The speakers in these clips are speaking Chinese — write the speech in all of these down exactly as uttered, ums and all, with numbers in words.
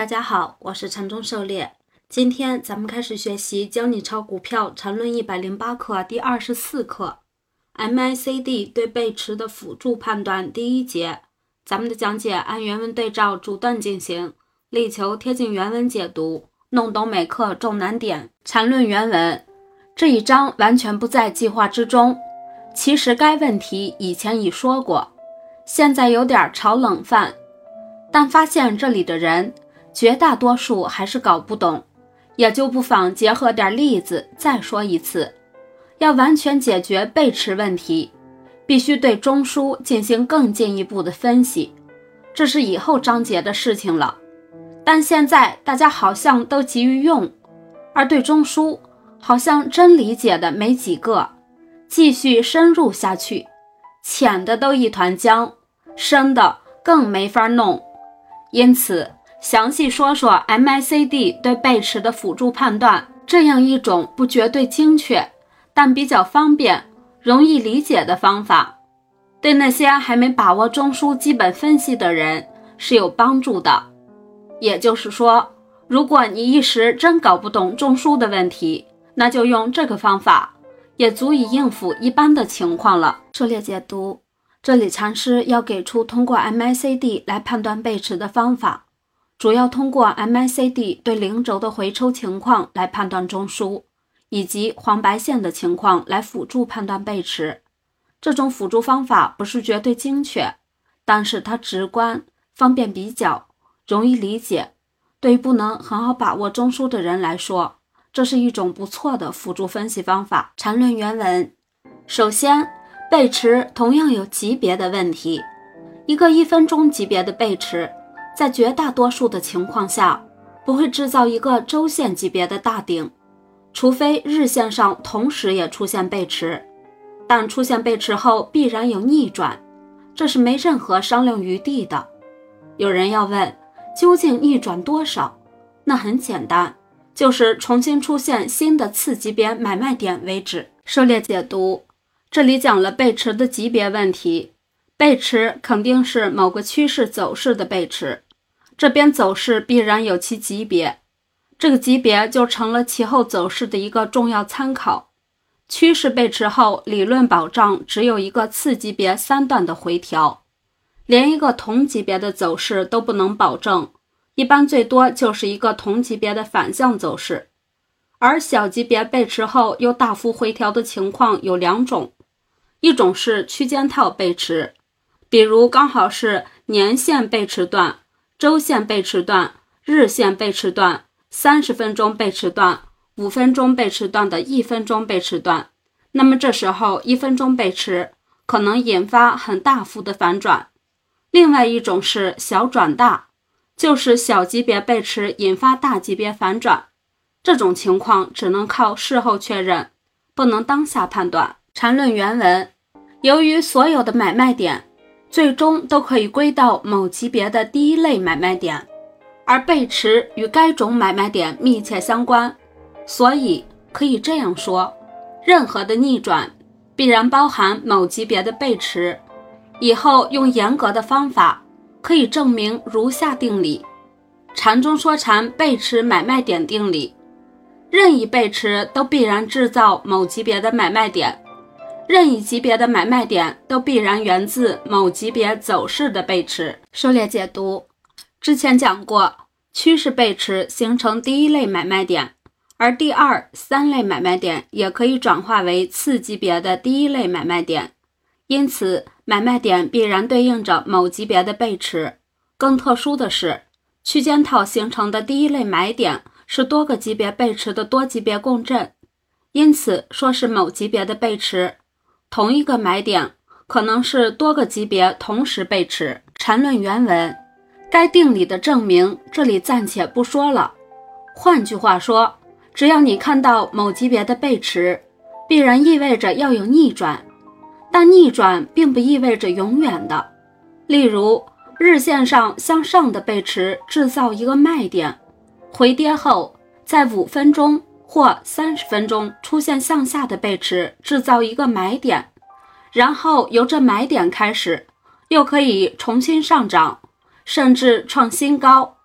大家好，我是禅中狩猎。今天咱们开始学习教你炒股票禅论一百零八课第二十四课 M A C D 对背驰的辅助判断第一节。咱们的讲解按原文对照逐段进行，力求贴近原文解读，弄懂每课重难点。禅论原文，这一章完全不在计划之中。其实该问题以前已说过，现在有点炒冷饭，但发现这里的人绝大多数还是搞不懂，也就不妨结合点例子再说一次。要完全解决背驰问题，必须对中枢进行更进一步的分析，这是以后章节的事情了。但现在大家好像都急于用，而对中枢好像真理解的没几个，继续深入下去，浅的都一团浆，深的更没法弄。因此详细说说 M A C D 对背驰的辅助判断，这样一种不绝对精确，但比较方便、容易理解的方法，对那些还没把握中枢基本分析的人是有帮助的。也就是说，如果你一时真搞不懂中枢的问题，那就用这个方法，也足以应付一般的情况了。狩猎解读，这里禅师要给出通过 M A C D 来判断背驰的方法，主要通过 M A C D 对零轴的回抽情况来判断中枢，以及黄白线的情况来辅助判断背驰。这种辅助方法不是绝对精确，但是它直观、方便比较、容易理解，对于不能很好把握中枢的人来说，这是一种不错的辅助分析方法。禅论原文，首先背驰同样有级别的问题，一个一分钟级别的背驰在绝大多数的情况下不会制造一个周线级别的大顶，除非日线上同时也出现背驰，但出现背驰后必然有逆转，这是没任何商量余地的。有人要问，究竟逆转多少？那很简单，就是重新出现新的次级别买卖点为止。狩猎解读，这里讲了背驰的级别问题，背驰肯定是某个趋势走势的背驰，这边走势必然有其级别，这个级别就成了其后走势的一个重要参考。趋势背驰后，理论保障只有一个次级别三段的回调，连一个同级别的走势都不能保证，一般最多就是一个同级别的反向走势。而小级别背驰后又大幅回调的情况有两种，一种是区间套背驰，比如刚好是年线背驰段、周线背驰段、日线背驰段、三十分钟背驰段、五分钟背驰段的一分钟背驰段，那么这时候一分钟背驰可能引发很大幅的反转。另外一种是小转大，就是小级别背驰引发大级别反转，这种情况只能靠事后确认，不能当下判断。禅论原文，由于所有的买卖点最终都可以归到某级别的第一类买卖点，而背驰与该种买卖点密切相关，所以可以这样说，任何的逆转必然包含某级别的背驰。以后用严格的方法可以证明如下定理：禅中说禅背驰买卖点定理，任意背驰都必然制造某级别的买卖点，任意级别的买卖点都必然源自某级别走势的背驰。狩猎解读，之前讲过，趋势背驰形成第一类买卖点，而第二、三类买卖点也可以转化为次级别的第一类买卖点，因此买卖点必然对应着某级别的背驰。更特殊的是，区间套形成的第一类买点是多个级别背驰的多级别共振，因此说是某级别的背驰，同一个买点可能是多个级别同时背驰。禅论原文，该定理的证明这里暂且不说了，换句话说，只要你看到某级别的背驰，必然意味着要有逆转，但逆转并不意味着永远的。例如日线上向上的背驰制造一个卖点，回跌后在五分钟或三十分钟出现向下的背驰制造一个买点，然后由这买点开始又可以重新上涨，甚至创新高，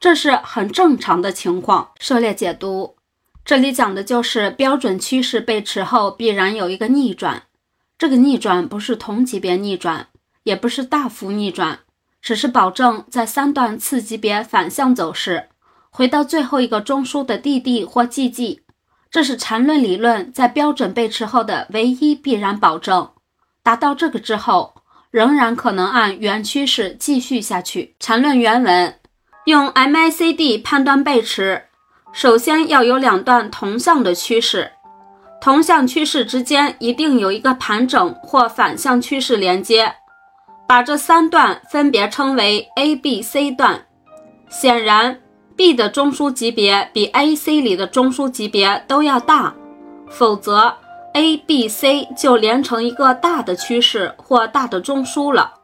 这是很正常的情况。狩猎解读，这里讲的就是标准趋势背驰后必然有一个逆转，这个逆转不是同级别逆转，也不是大幅逆转，只是保证在三段次级别反向走势，回到最后一个中枢的 D D 或 G G， 这是缠论理论在标准背驰后的唯一必然保证。达到这个之后，仍然可能按原趋势继续下去。缠论原文，用 M A C D 判断背驰，首先要有两段同向的趋势，同向趋势之间一定有一个盘整或反向趋势连接，把这三段分别称为 A、B、C 段。显然 B 的中枢级别比 A、C 里的中枢级别都要大，否则 A、B、C 就连成一个大的趋势或大的中枢了。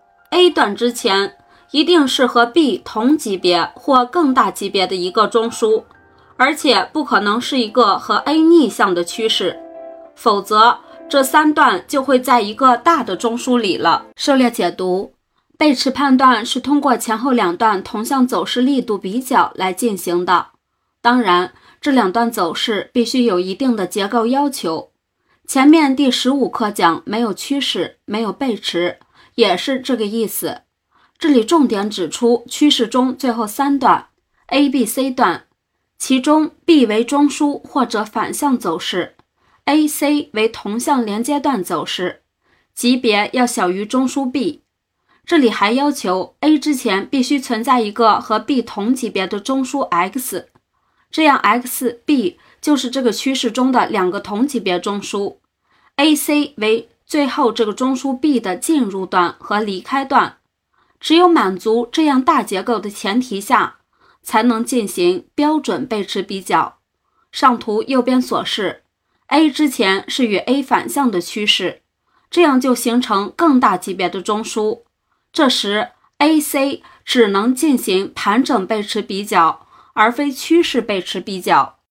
A 段之前一定是和 B 同级别或更大级别的一个中枢，而且不可能是一个和 A 逆向的趋势，否则这三段就会在一个大的中枢里了。狩猎解读，背驰判断是通过前后两段同向走势力度比较来进行的，当然这两段走势必须有一定的结构要求。前面第十五课讲没有趋势，没有背驰，也是这个意思。这里重点指出趋势中最后三段 A、B、C 段，其中 B 为中枢或者反向走势， A、C 为同向连接段走势，级别要小于中枢 B。 这里还要求 A 之前必须存在一个和 B 同级别的中枢 X， 这样 X、B 就是这个趋势中的两个同级别中枢， A、C 为最后这个中枢 B 的进入段和离开段。只有满足这样大结构的前提下，才能进行标准背驰比较。上图右边所示， A 之前是与 A 反向的趋势，这样就形成更大级别的中枢。这时 A、C 只能进行盘整背驰比较，而非趋势背驰比较。